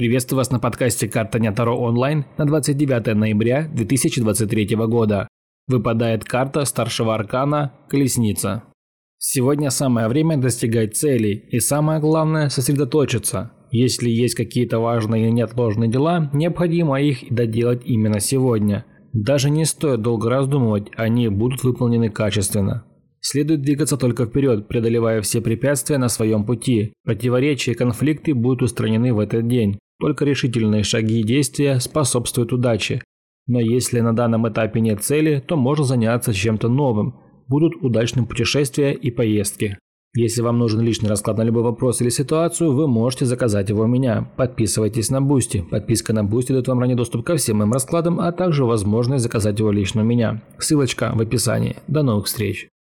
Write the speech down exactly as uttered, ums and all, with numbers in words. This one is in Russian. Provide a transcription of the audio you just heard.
Приветствую вас на подкасте «Карта Дня Таро онлайн» на двадцать девятое ноября две тысячи двадцать третьего года. Выпадает карта старшего аркана «Колесница». Сегодня самое время достигать целей и самое главное – сосредоточиться. Если есть какие-то важные и неотложные дела, необходимо их доделать именно сегодня. Даже не стоит долго раздумывать, они будут выполнены качественно. Следует двигаться только вперед, преодолевая все препятствия на своем пути. Противоречия и конфликты будут устранены в этот день. Только решительные шаги и действия способствуют удаче. Но если на данном этапе нет цели, то можно заняться чем-то новым. Будут удачные путешествия и поездки. Если вам нужен личный расклад на любой вопрос или ситуацию, вы можете заказать его у меня. Подписывайтесь на Boosty. Подписка на Boosty дает вам ранний доступ ко всем моим раскладам, а также возможность заказать его лично у меня. Ссылочка в описании. До новых встреч!